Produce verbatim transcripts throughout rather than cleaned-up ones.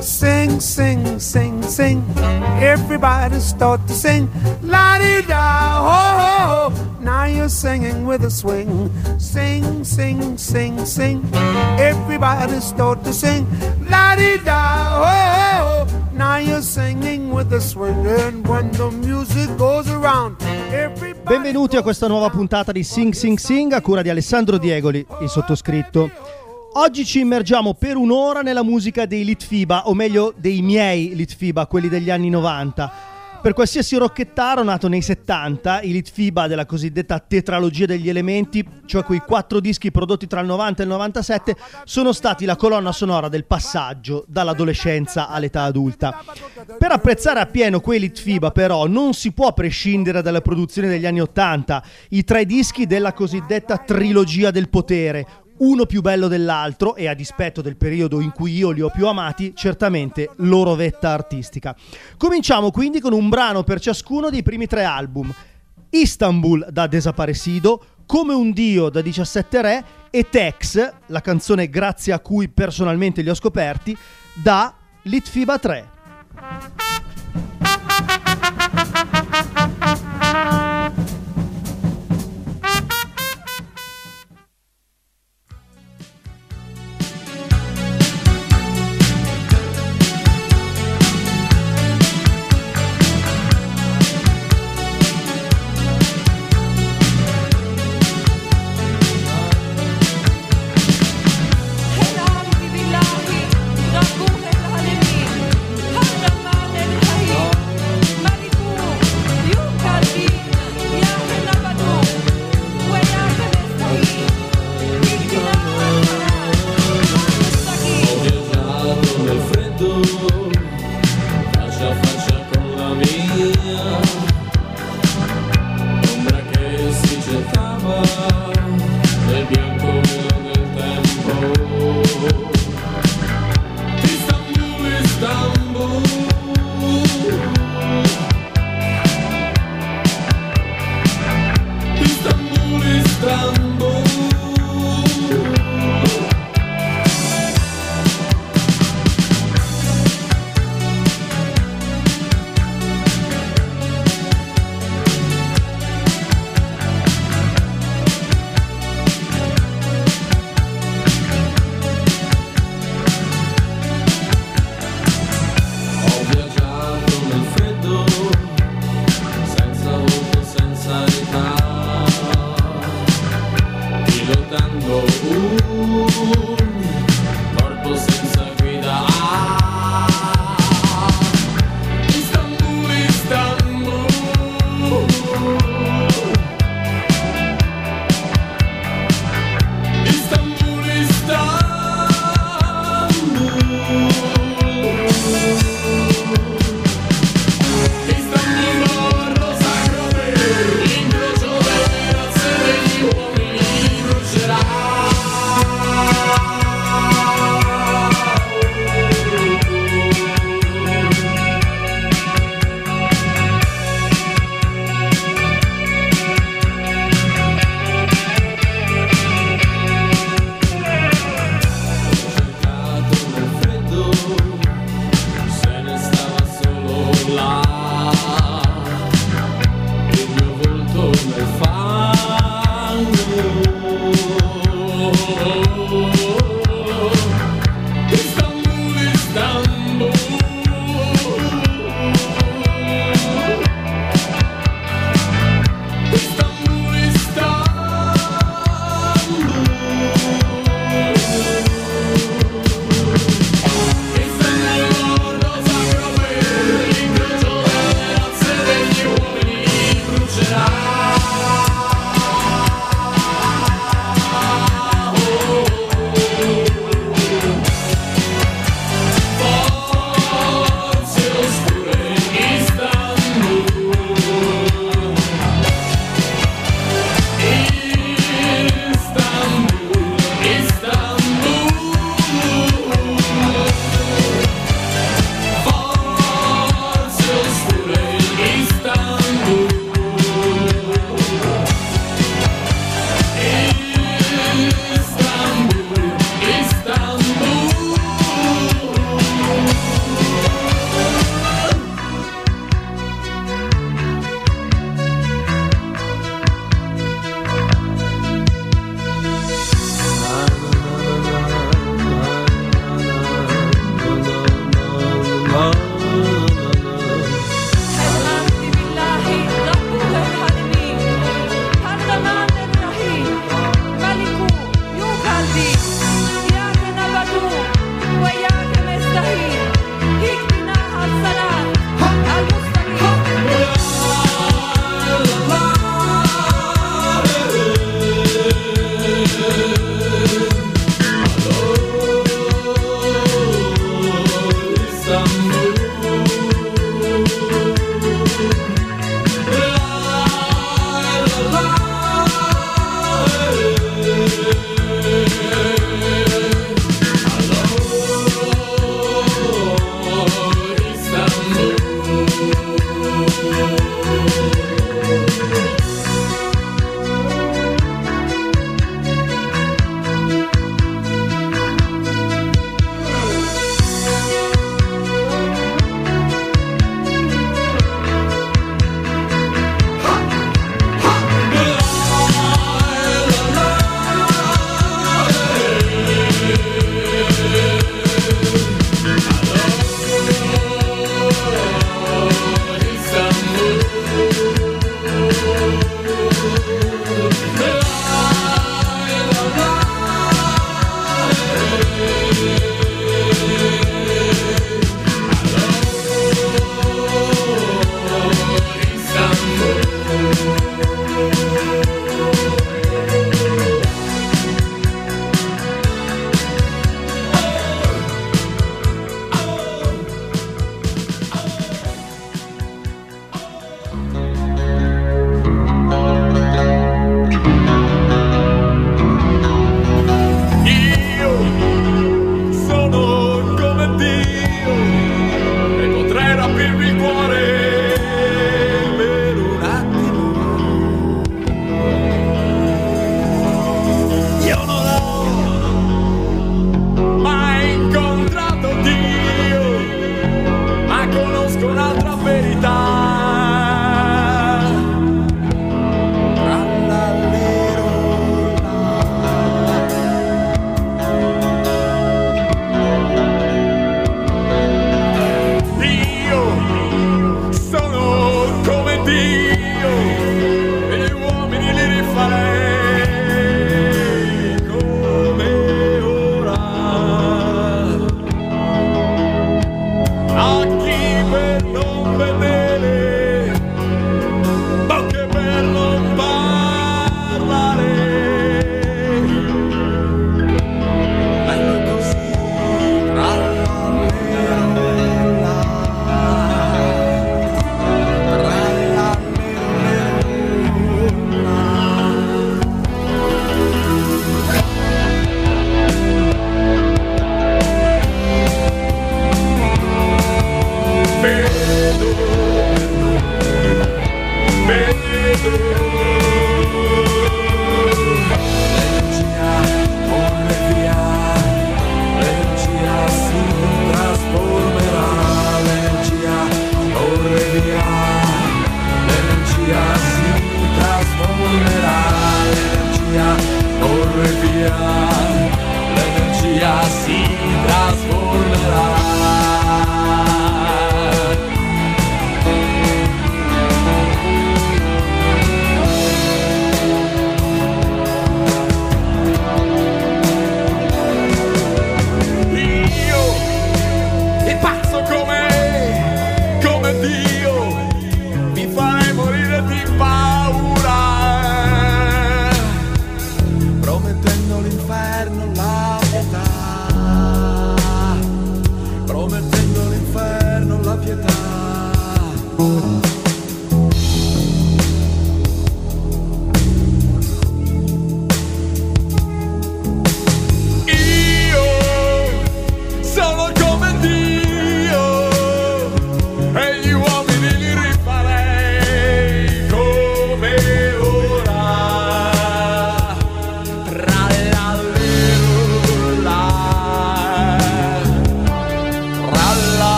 Sing, sing, sing, sing. Everybody start to sing. La-di-da, ho, ho, ho. Now you're singing with a swing. Sing, sing, sing, sing. Everybody start to sing. La-di-da, ho, ho, ho. Now you're singing with a swing. And when the music goes around, everybody... Benvenuti a questa nuova puntata di Sing Sing Sing a cura di Alessandro Diegoli, il sottoscritto. Oggi ci immergiamo per un'ora nella musica dei Litfiba, o meglio dei miei Litfiba, quelli degli anni novanta. Per qualsiasi rocchettaro nato nei settanta, i Litfiba della cosiddetta tetralogia degli elementi, cioè quei quattro dischi prodotti tra il novanta e il novantasette, sono stati la colonna sonora del passaggio dall'adolescenza all'età adulta. Per apprezzare appieno quei Litfiba, però, non si può prescindere dalle produzioni degli anni ottanta, i tre dischi della cosiddetta trilogia del potere, uno più bello dell'altro e a dispetto del periodo in cui io li ho più amati, certamente loro vetta artistica. Cominciamo quindi con un brano per ciascuno dei primi tre album: Istanbul da Desaparecido, Come un Dio da diciassette Re e Tex, la canzone grazie a cui personalmente li ho scoperti, da Litfiba tre. Helali billahi, rabbuh el-alamin. Hada ma'na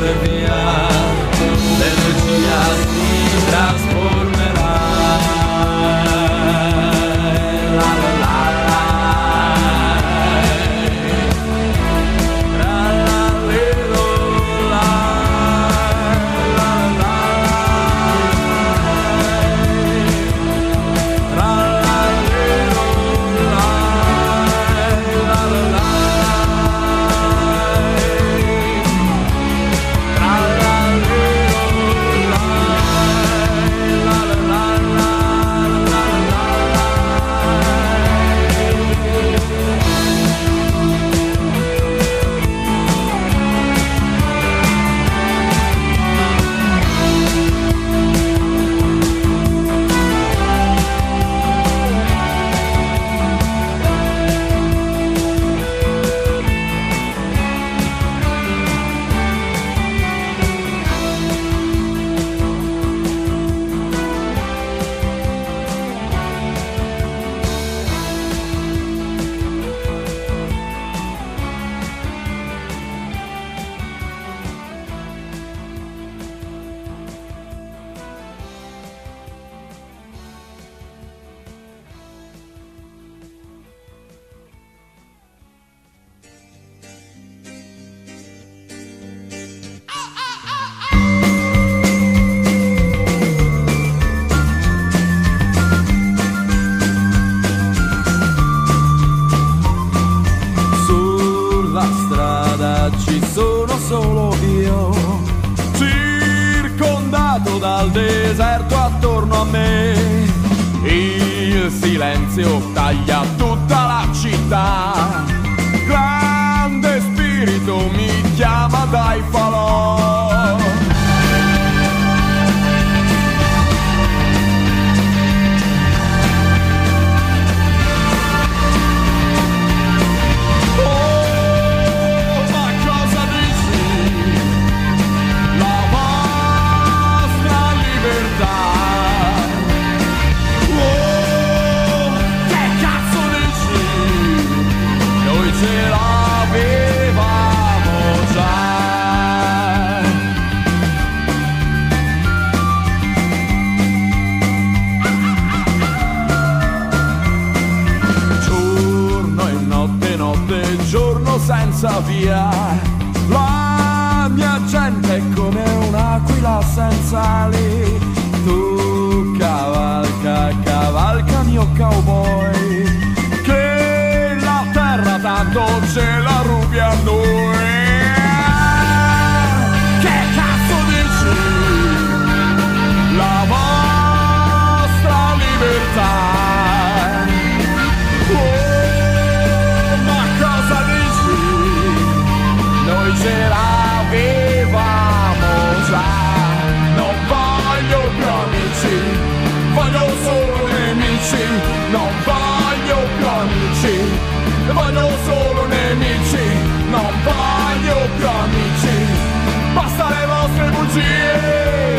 via, l'energia si trasformerà. La la la la, tra la lero la, la la la, tra la lero la, la la la. Dal deserto attorno a me, il silenzio taglia tutta la città, grande spirito mi chiama dai falò. Ce l'avevamo già. Giorno e notte, notte e giorno senza via. La mia gente è come un'aquila senza ali. Tu cavalca, cavalca mio cowboy, tanto ce la rubi a noi. Che cazzo dici? La vostra libertà. Oh, ma cosa dici? Noi ce l'avevamo già. Non voglio più amici, voglio solo nemici. Non voglio più amici, voglio solo nemici, non voglio più amici, basta le vostre bugie.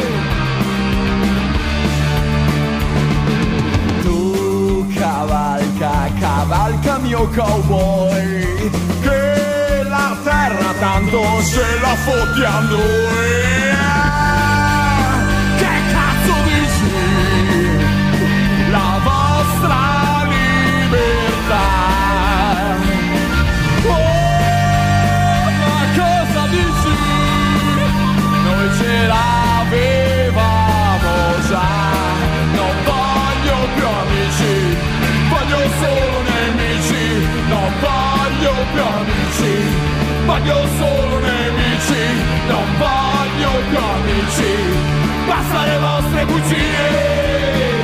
Tu cavalca, cavalca mio cowboy, che la terra tanto ce la fotti a noi. Che cazzo dici? La vostra libertà. Ce l'avevamo già. Non voglio più amici, voglio solo nemici. Non voglio più amici, voglio solo nemici. Non voglio più amici, basta le vostre bugie.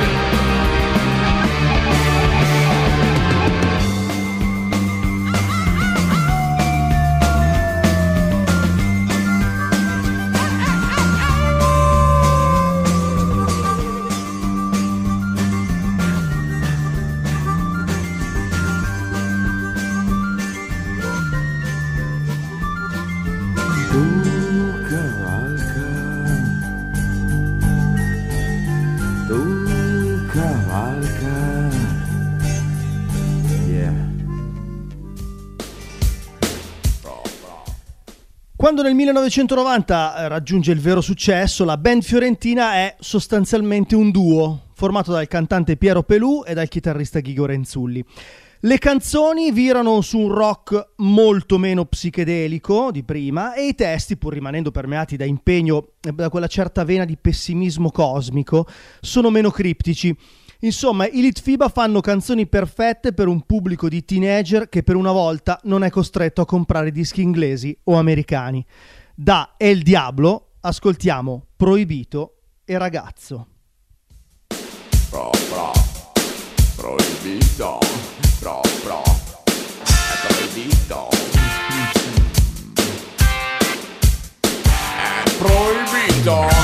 Quando nel millenovecentonovanta raggiunge il vero successo, la band fiorentina è sostanzialmente un duo, formato dal cantante Piero Pelù e dal chitarrista Ghigo Renzulli. Le canzoni virano su un rock molto meno psichedelico di prima e i testi, pur rimanendo permeati da impegno e da quella certa vena di pessimismo cosmico, sono meno criptici. Insomma, i Litfiba fanno canzoni perfette per un pubblico di teenager che per una volta non è costretto a comprare dischi inglesi o americani. Da El Diablo ascoltiamo Proibito e Ragazzo. Pro, pro, proibito, pro, pro, è proibito. È proibito.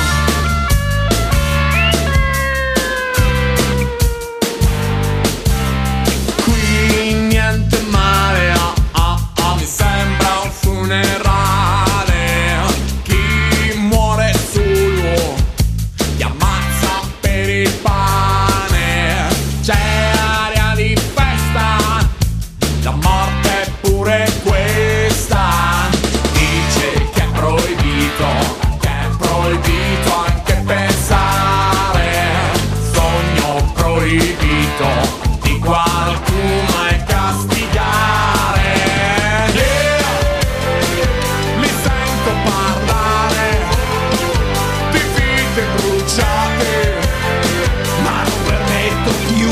Qui niente male, ah, ah, ah, mi sembra un funerale. Chi muore solo ti ammazza per il pane. C'è aria di festa, la morte è pure questa. Dice che è proibito, che è proibito anche pensare. Sogno proibito di qualcuno e castigare. Yeah, li sento parlare di vite bruciate, ma non permetto più.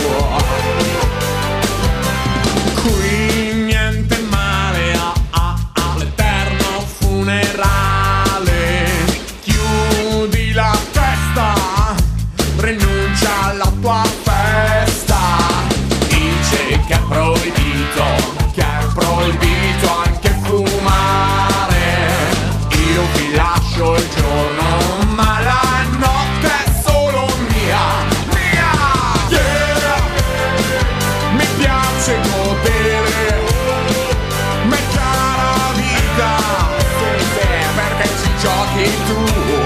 Qui niente male, ah, ah, ah, l'eterno funerale. Chiudi la testa, rinuncia alla tua festa. Dice che è proibito, che è proibito anche fumare. Io vi lascio il giorno, ma la notte è solo mia, mia. Yeah, mi piace godere, ma è cara vita, sì, sì, perché ci giochi tu.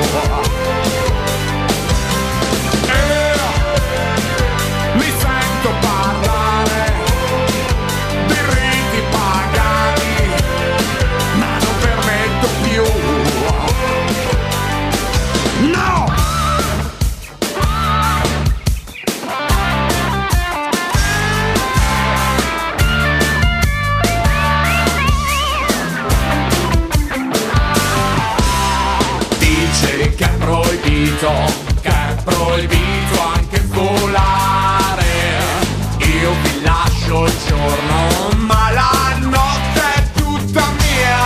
Eh, li sento parlare di riti pagani, ma non permetto più. No! Dice che è proibito, che è proibito anche volare. Io vi lascio il giorno, ma la notte è tutta mia.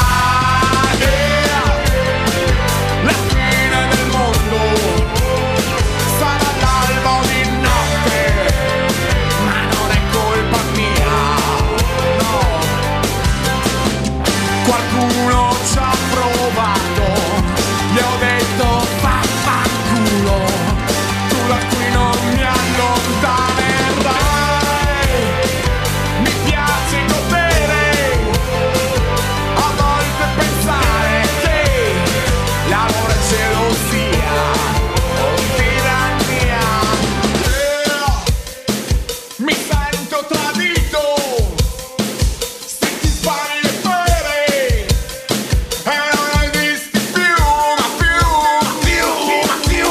Yeah, la fine del mondo sarà l'alba di notte, ma non è colpa mia, no. Qualcuno ci ha provato, gli ho detto vaffanculo, tu da qui non mi allontanerai. Mi piace godere, a volte pensare che l'amore è gelosia o tirannia. Yeah, mi sento tradito, se ti spari le fere e non esisti più, ma più, ma più, ma più.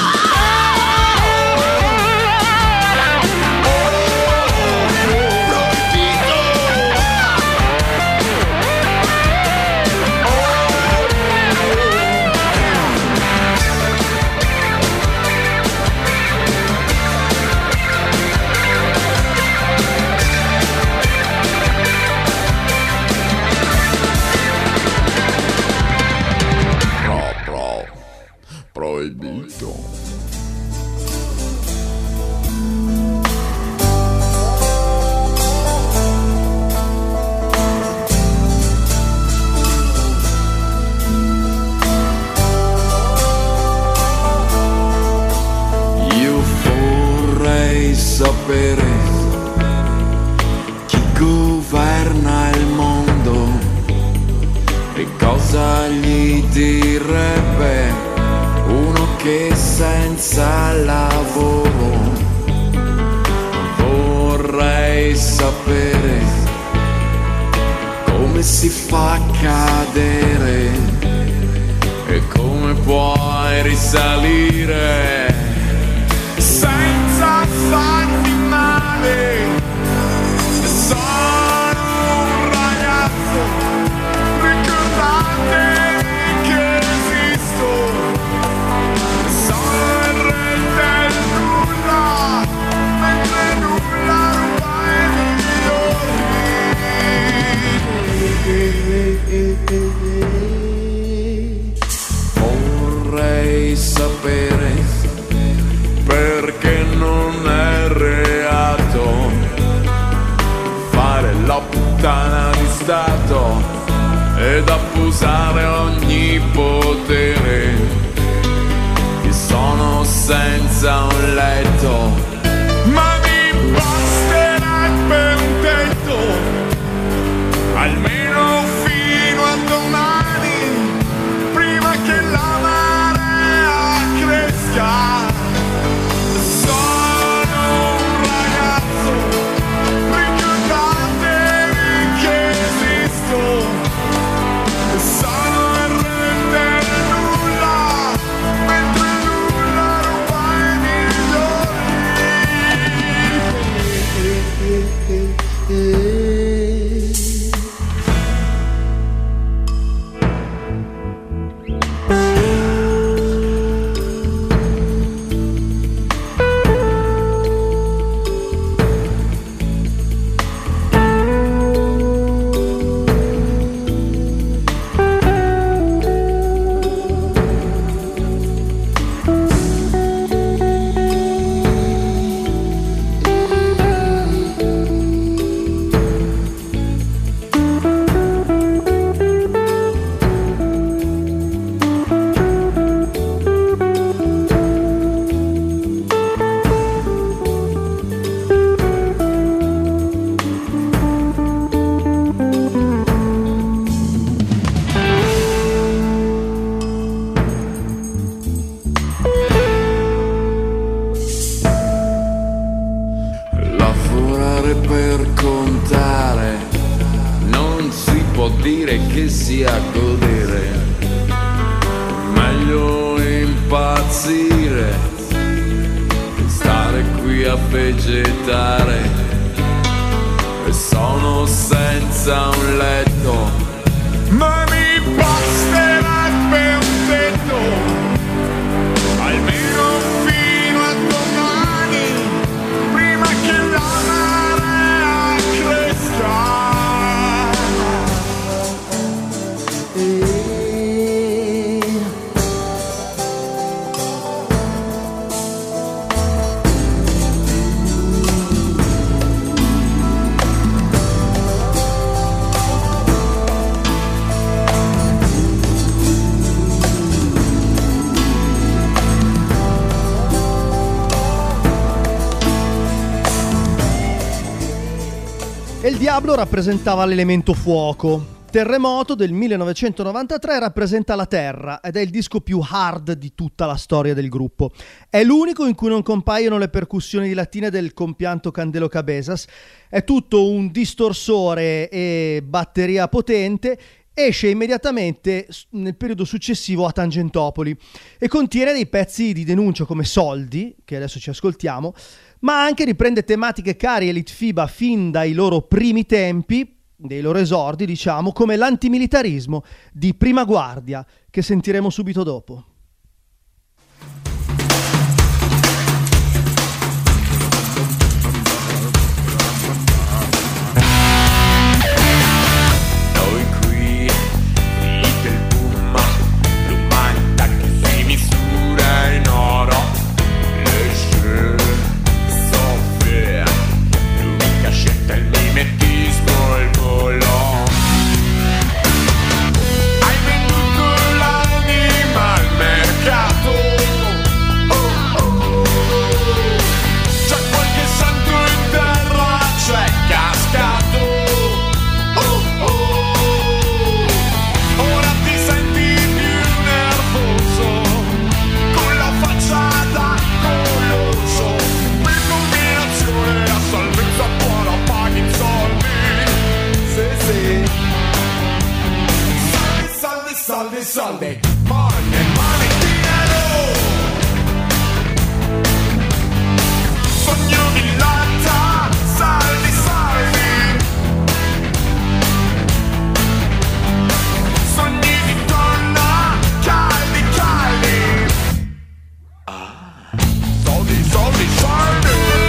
Pro, pro, proibito. Io vorrei sapere chi governa il mondo e cosa gli direbbe uno che senza lavoro. Vorrei sapere come come si fa a cadere e come puoi risalire senza farti male. Sono un ragazzo, ricordatevi che esisto. Sono il re del nulla, mentre nulla ruba i migliori. Vorrei sapere perché non è reato fare la puttana di Stato ed abusare ogni potere. Io sono senza un letto, ma mi basterebbe un tetto, almeno fino a domani, prima che la marea cresca. Il Diablo rappresentava l'elemento fuoco. Terremoto del millenovecentonovantatré rappresenta la terra ed è il disco più hard di tutta la storia del gruppo. È l'unico in cui non compaiono le percussioni di latine del compianto Candelo Cabezas. È tutto un distorsore e batteria potente. Esce immediatamente nel periodo successivo a Tangentopoli e contiene dei pezzi di denuncia come Soldi, che adesso ci ascoltiamo, ma anche riprende tematiche care e Litfiba fin dai loro primi tempi, dei loro esordi, diciamo, come l'antimilitarismo di Prima Guardia, che sentiremo subito dopo. Hai venduto l'anima al me. money, money, dinero. Sogno di latta, saldi, saldi. Sogni di donna, caldi, caldi. Ah, soldi, soldi, soldi.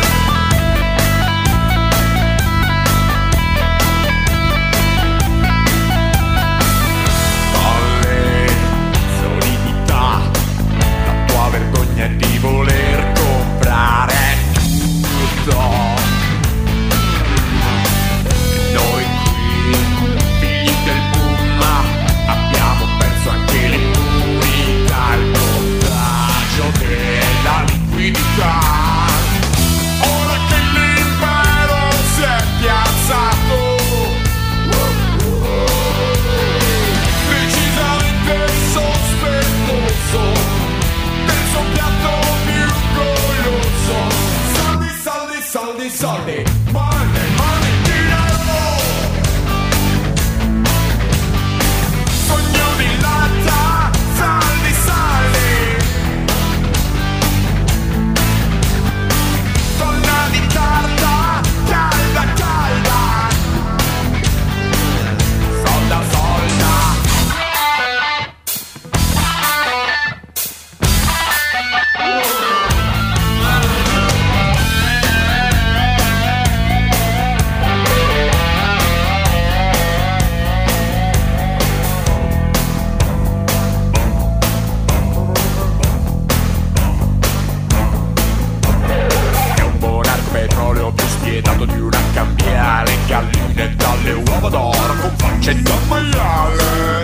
Vergogna di voler comprare tutto. Noi qui, figli del boom, abbiamo perso anche l'immunità, il contagio della liquidità. Ora che l'impero si è piazzato, decisamente sospettoso del suo piatto più goloso. Soldi, soldi, soldi, soldi. Money, money, dinero. Sogno di latta, saldi, saldi. Donna di carta, calda, calda. Solda, solda. Petrolio più spietato di una cambiale, galline dalle uova d'oro con facce da maiale.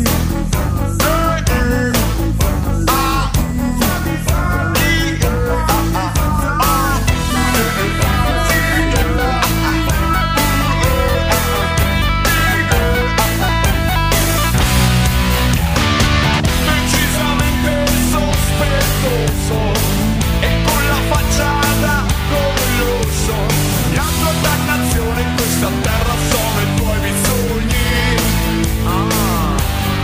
Decisamente sospettoso e con la facciata goloso. La tua dannazione in questa terra sono i tuoi bisogni. Ah.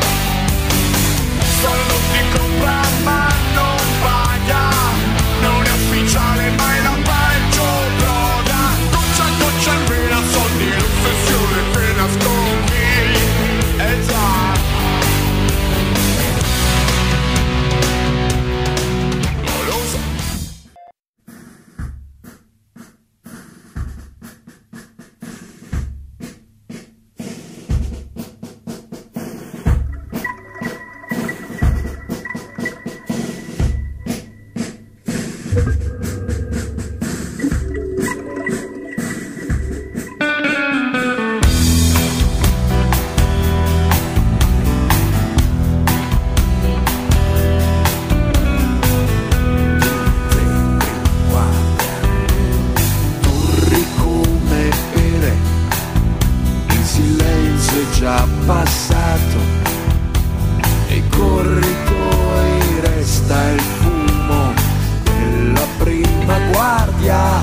Solo ti compra ma non paga. Non è ufficiale ma è la peggio droga. Goccia a goccia in vena, soldi, l'ossessione che nascondi. Eh già. Goloso. Torri come pere, il silenzio è già passato, nei corridoi resta il fumo della prima guardia.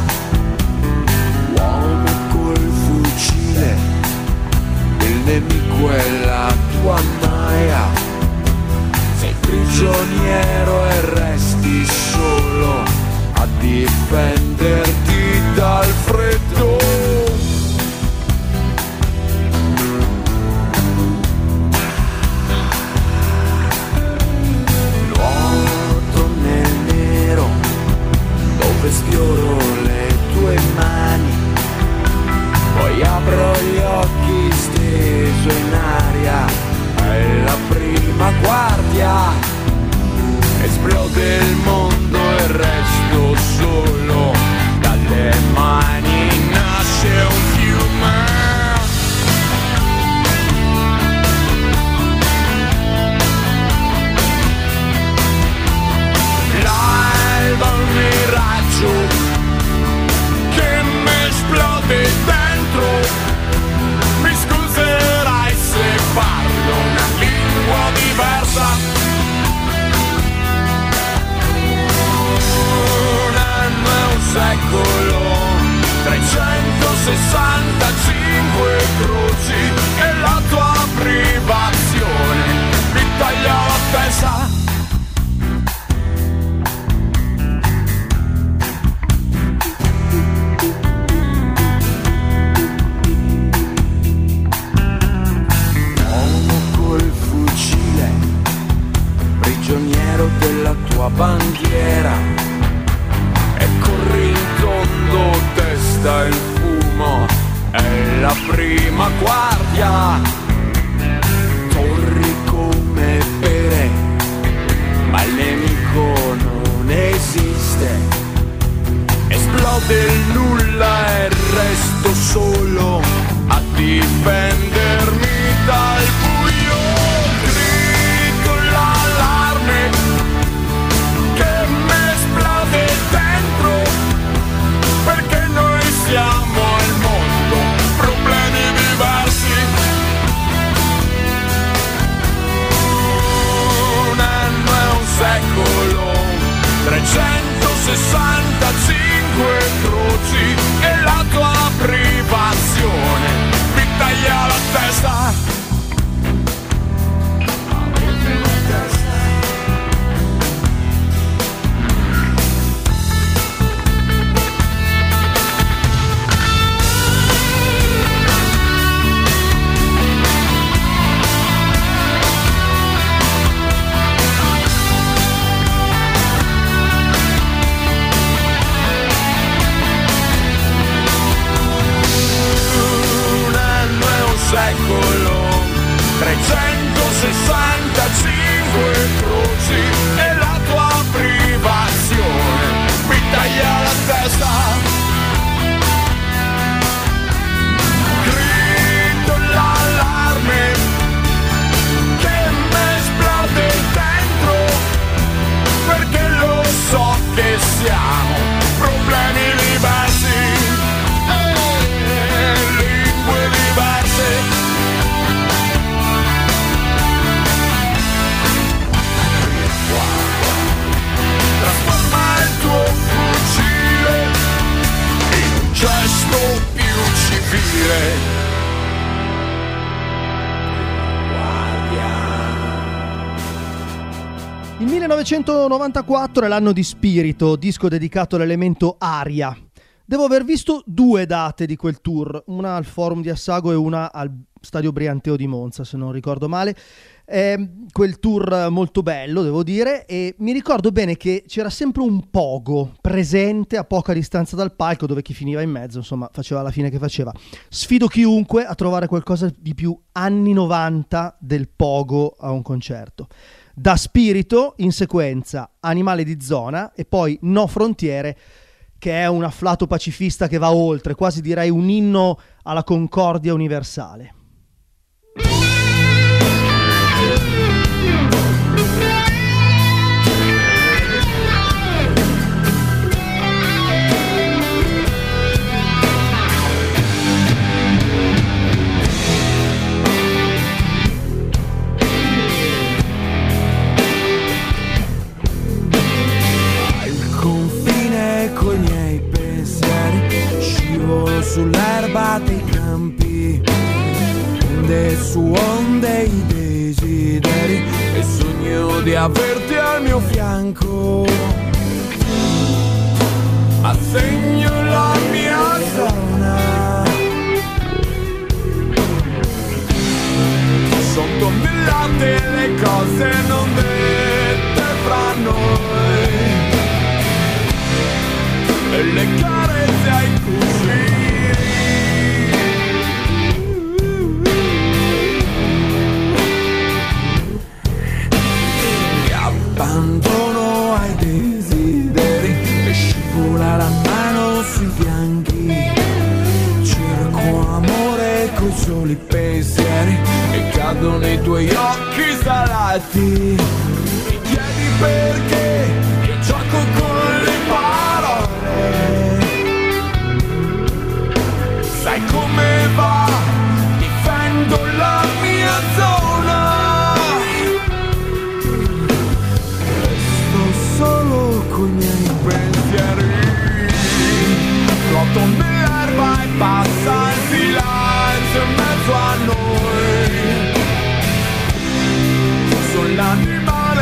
Uomo col fucile, il nemico è la tua naia. Sei prigioniero e resti solo a difenderti dal freddo. Nuoto nel nero dove sfioro le tue mani, poi apro gli occhi steso in aria, è la prima guardia. Esplode il mondo e resto solo, dalle mani nasce un fiume. L'alba è un miraggio che mi esplode dentro. Mi scuserai se parlo una lingua diversa. testa. Uomo col fucile, prigioniero della tua bandiera, e corri in tondo, testa il fumo, è la prima guardia. Torri come pere, ma il nemico non esiste. Esplode il nulla e resto solo a difendermi dal buio. Grito l'allarme che mi esplode dentro, perché noi siamo al mondo, problemi diversi. Un anno e un secolo, trecentosessantacinque croci, e la tua privazione mi taglia la testa. Secolo, trecentosessantacinque croci, e la tua privazione mi taglia la testa. Grido l'allarme che mi esplode dentro, perché lo so che siamo problemi diversi, e lingue diverse. Trasforma il tuo fucile in un gesto più civile. Guardia. Il millenovecentonovantaquattro è l'anno di Spirito, disco dedicato all'elemento aria. Devo aver visto due date di quel tour, una al Forum di Assago e una al Stadio Brianteo di Monza, se non ricordo male. Eh, quel tour molto bello, devo dire, e mi ricordo bene che c'era sempre un pogo presente a poca distanza dal palco, dove chi finiva in mezzo, insomma, faceva la fine che faceva. Sfido chiunque a trovare qualcosa di più anni novanta del pogo a un concerto. Da Spirito, in sequenza, Animale di zona, e poi No Frontiere, che è un afflato pacifista che va oltre, quasi direi un inno alla concordia universale. Coi miei pensieri scivolo sull'erba dei campi, onde su onde i desideri, e sogno di averti al mio fianco. Assegno la mia zona, sono tonnellate le cose non dette fra noi, e le carezze ai cugini. Mi abbandono ai desideri e scivola la mano sui fianchi. Cerco amore coi soli pensieri e cadono nei tuoi occhi salati. Mi chiedi perché io gioco con le parole. Sai come va? Difendo la mia zona. Resto solo coi miei pensieri. Flotto nell'erba e passa il silenzio in mezzo a noi. Sono l'anima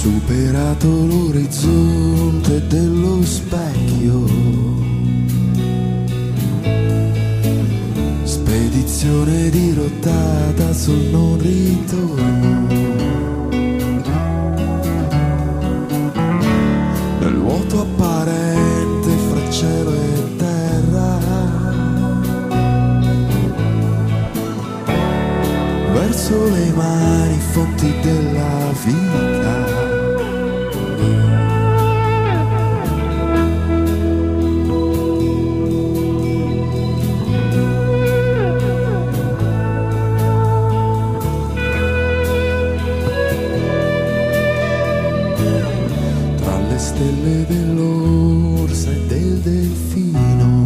superato l'orizzonte dello specchio, spedizione dirottata sul non ritorno, nel vuoto apparente fra cielo e terra, verso le mani fonti della vita. Tra le stelle dell'orsa e del delfino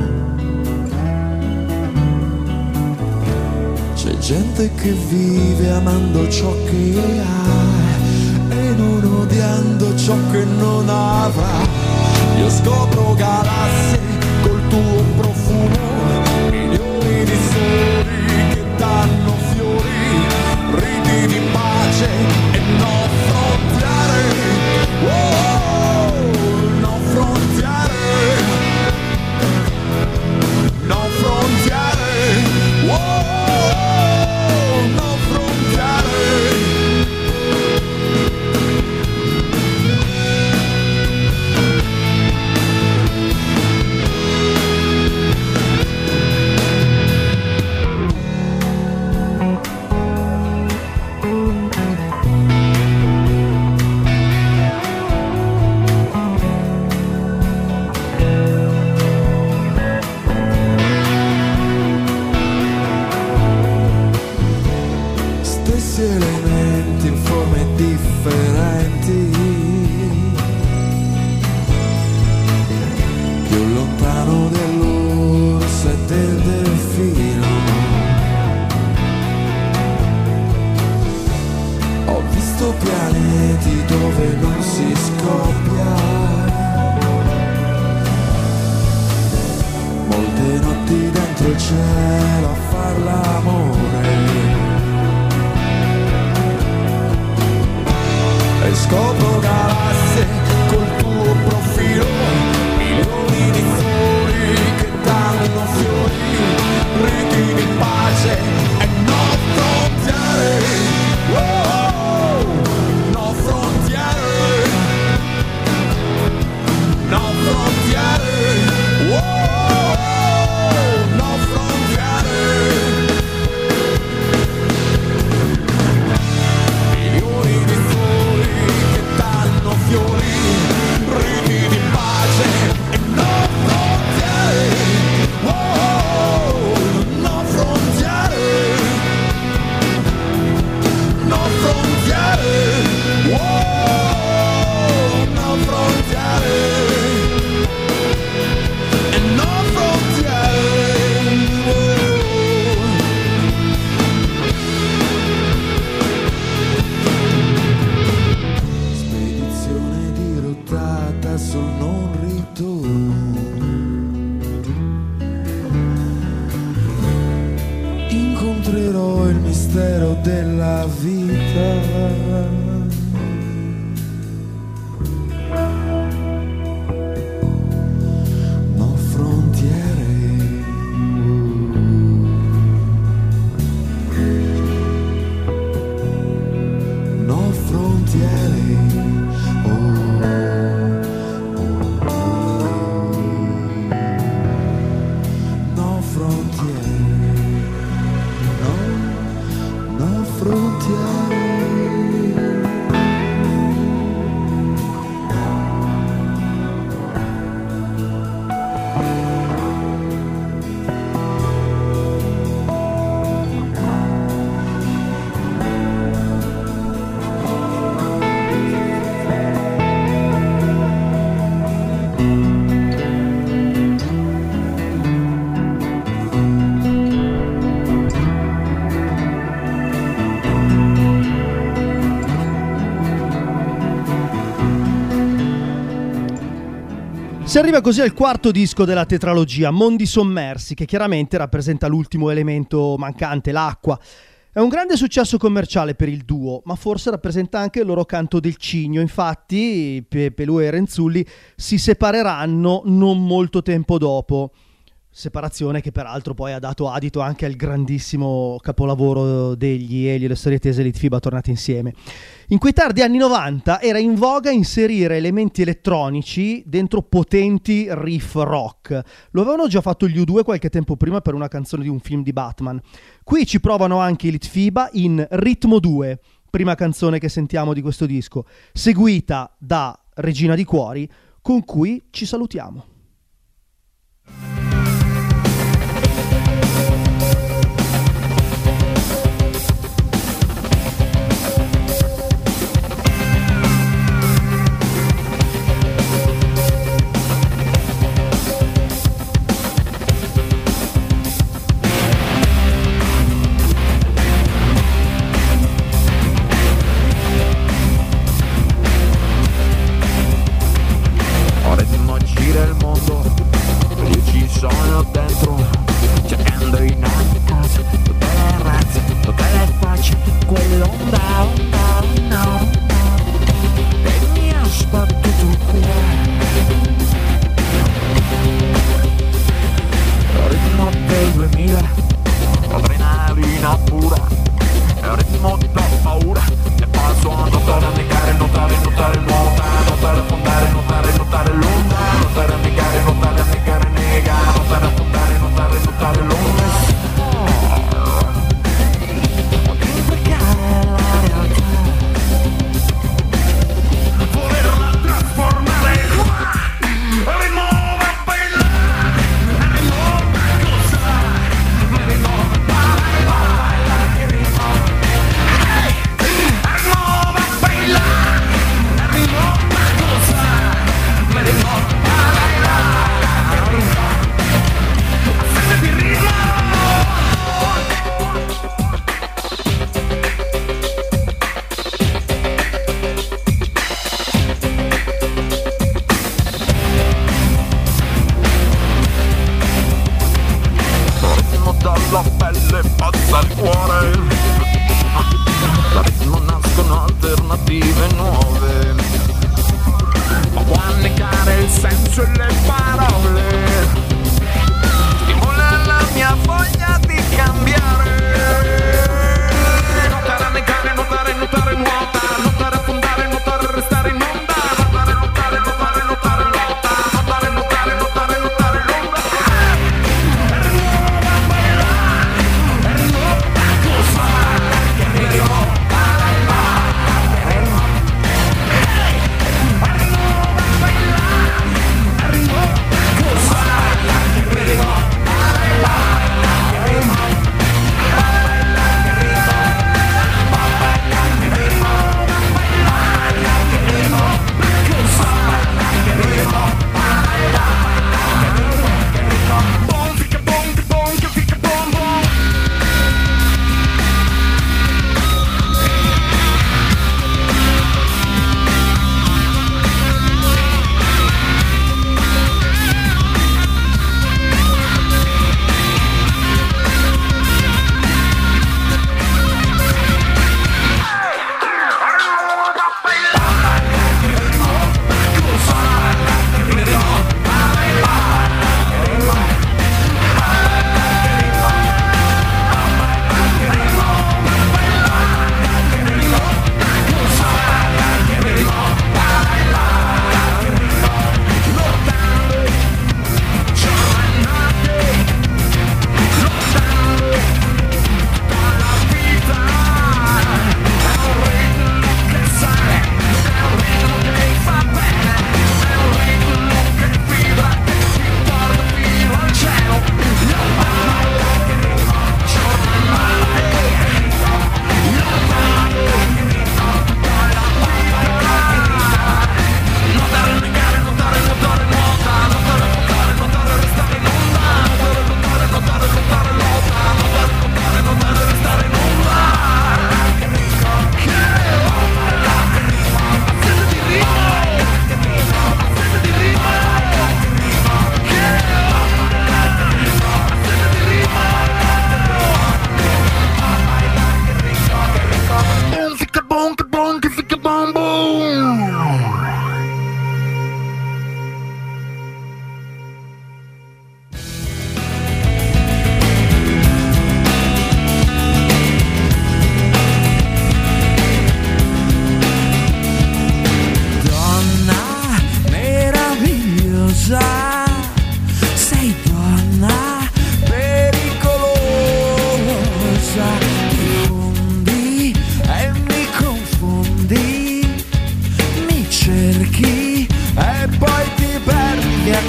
c'è gente che vive amando ciò che ha e non odiando ciò che non avrà. Io scopro galassie col tuo profumo, milioni di soli che danno fiori, riti di pace e no frontiere. Oh, no frontiere, no frontiere. Oh, no frontiere. Stessi elementi in forme differenti, più lontano dell'orsa e del delfino. Ho visto pianeti dove non si scoppia, molte notti dentro il cielo a far l'amore, e scopro galassie col tuo profilo, milioni di fiori che danno fiori, riti di pace e no frontiere. Oh, no frontiere, no frontiere. Oh, no frontiere. Milioni di fiori, riti di pace e no frontiere. Oh, no frontiere, no frontiere. Oh, no frontiere e no frontiere. Spedizione dirottata sul non ritorno, incontrerò il mistero della vita. No frontiere. No frontiere. No frontiere. No, no frontiere. Si arriva così al quarto disco della tetralogia, Mondi sommersi, che chiaramente rappresenta l'ultimo elemento mancante, l'acqua. È un grande successo commerciale per il duo, ma forse rappresenta anche il loro canto del cigno. Infatti Pe- Pelù e Renzulli si separeranno non molto tempo dopo. Separazione che peraltro poi ha dato adito anche al grandissimo capolavoro degli Elio e le storie tese Litfiba tornati insieme. In quei tardi anni novanta era in voga inserire elementi elettronici dentro potenti riff rock. Lo avevano già fatto gli U due qualche tempo prima per una canzone di un film di Batman. Qui ci provano anche i Litfiba in Ritmo due, prima canzone che sentiamo di questo disco, seguita da Regina di Cuori, con cui ci salutiamo. Gira il mondo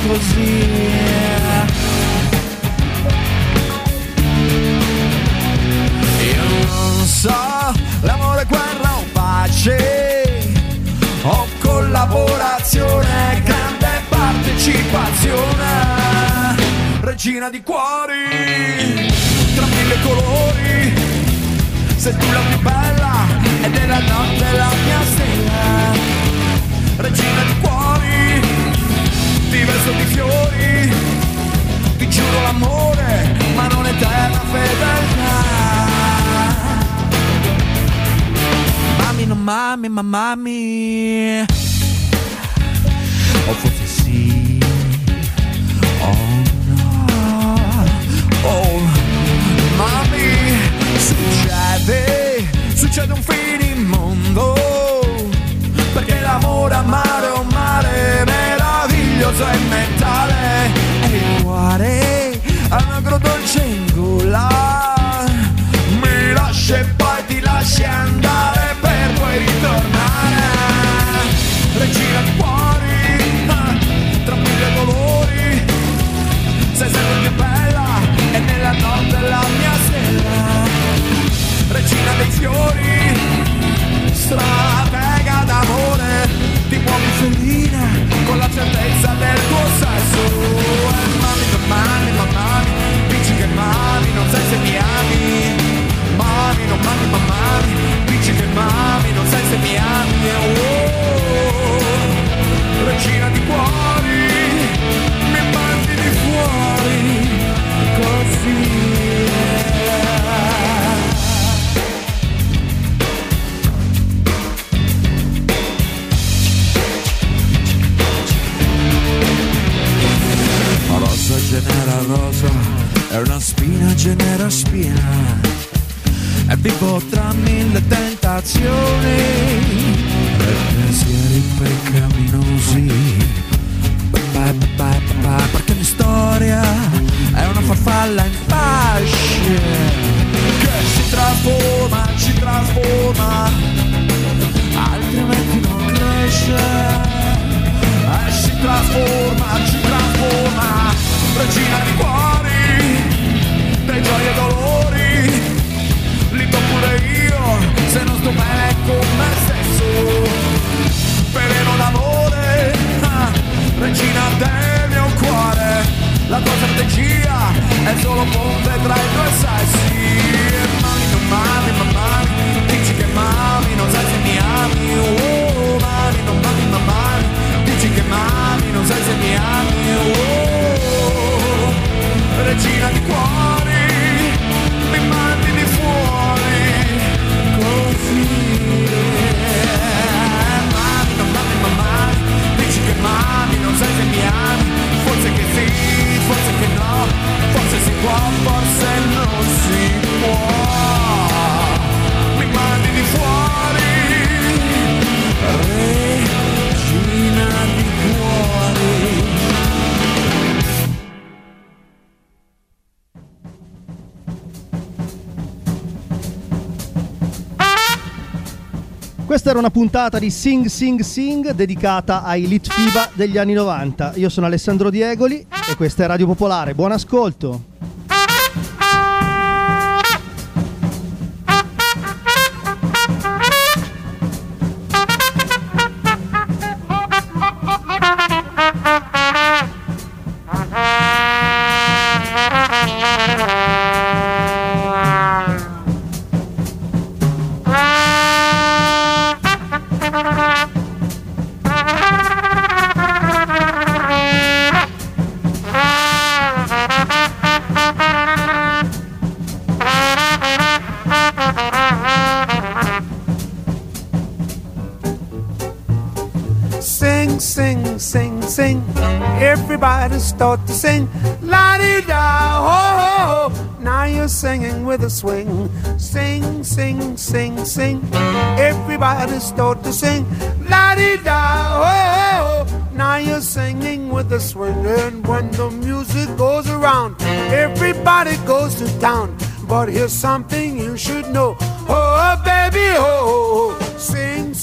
così. Io non so, l'amore, guerra o pace, o collaborazione, grande partecipazione, regina di cuori, tra mille colori, sei tu la più bella e della notte la mia stella, regina di cuori, ti vesto di fiori, ti giuro l'amore, ma non eterna fedeltà. Mami, non mami, ma mami, o forse sì, oh no, oh mami, succede, succede un finimondo, perché l'amore amare è un mare meraviglioso e mentale, e il cuore ha un agro dolce in gola, mi lascia e poi ti lasci andare per poi ritornare, regina di cuori, tra mille dolori, sei sempre più bella e nella notte la mia stella, regina dei fiori, stratega d'amore, ti muovi felina con la certezza del tuo sesso, e mami, domani, mamma, dici che mami, non sai se mi ami, mami, non mami, mamma, dici che mami, non sai se mi ami, oh, regina di cuori, mi mandi di fuori, così. Rosa genera rosa, è una spina genera spina, e vivo tra mille tentazioni e pensieri peccaminosi, perché ogni storia è una farfalla in fasce che si trasforma, ci trasforma, altrimenti non cresce. E si trasforma, ci trasforma, regina di cuori, dei gioie e dolori, li do pure io, se non sto bene con me stesso, veleno d'amore, ah, regina del mio cuore, la tua strategia è solo ponte tra i due sessi, e mami, non mami, ma mami, dici che mami, non sai se mi ami, oh, mami, non mami, ma mami, dici che mami, non sai se mi ami, oh, regina di cuori, mi mandi di fuori, così, mami, non mami, ma mami, dici che mami, non sai se mi ami, forse che sì, forse che no, forse si può, forse non si può, mi mandi di fuori, regina di cuori. Questa era una puntata di Sing Sing Sing dedicata ai Litfiba degli anni novanta. Io sono Alessandro Diegoli e questa è Radio Popolare. Buon ascolto. Sing, sing, sing, everybody start to sing, la-di-da, ho, ho, ho, now you're singing with a swing, sing, sing, sing, sing, everybody start to sing, la-di-da, ho, ho, ho, now you're singing with a swing, and when the music goes around, everybody goes to town, but here's something you should know, oh, baby, oh, oh, oh. Sing,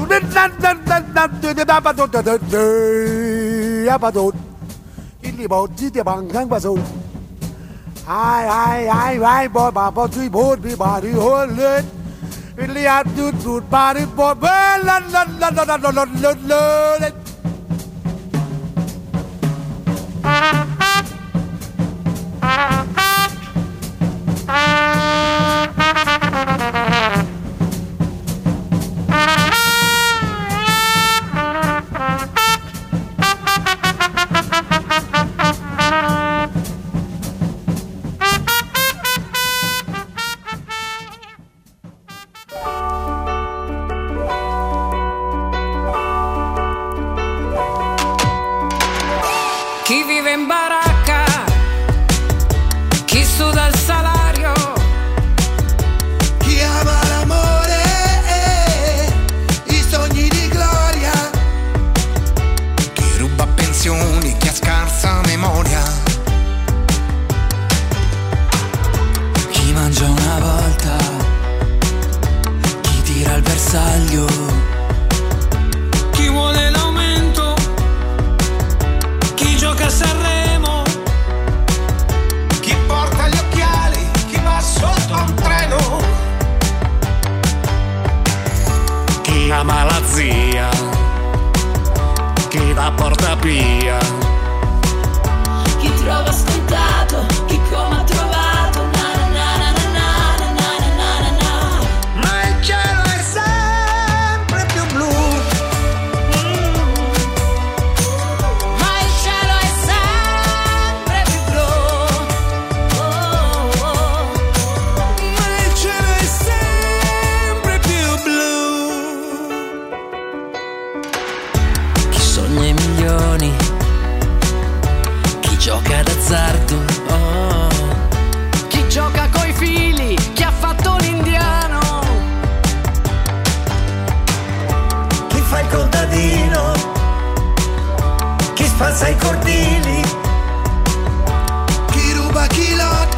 Ai ai ai ai boy baba tui boy be body hold really I do do body boy la la la la la la la la. Chi vive in baracca, chi suda il salario, chi ama l'amore e i sogni di gloria, chi ruba pensioni, chi ha scarsa memoria, chi mangia una volta, chi tira il bersaglio, chi vuole l'aumento, chi gioca a Sanremo, chi porta gli occhiali, chi va sotto un treno, chi ama la zia, chi la porta via, chi trova scontato, chi come ha trovato, na na na na na na na na na na. ma il cielo è sempre più blu. Ma il cielo è sempre più blu. Oh, oh. Ma il cielo è sempre più blu. chi sogna i milioni, chi gioca d'azzardo, oh. chi gioca coi figli, chi ha fatto l'indiano, Chi fa il contadino, chi spazza i cortili, chi ruba, chi lotta,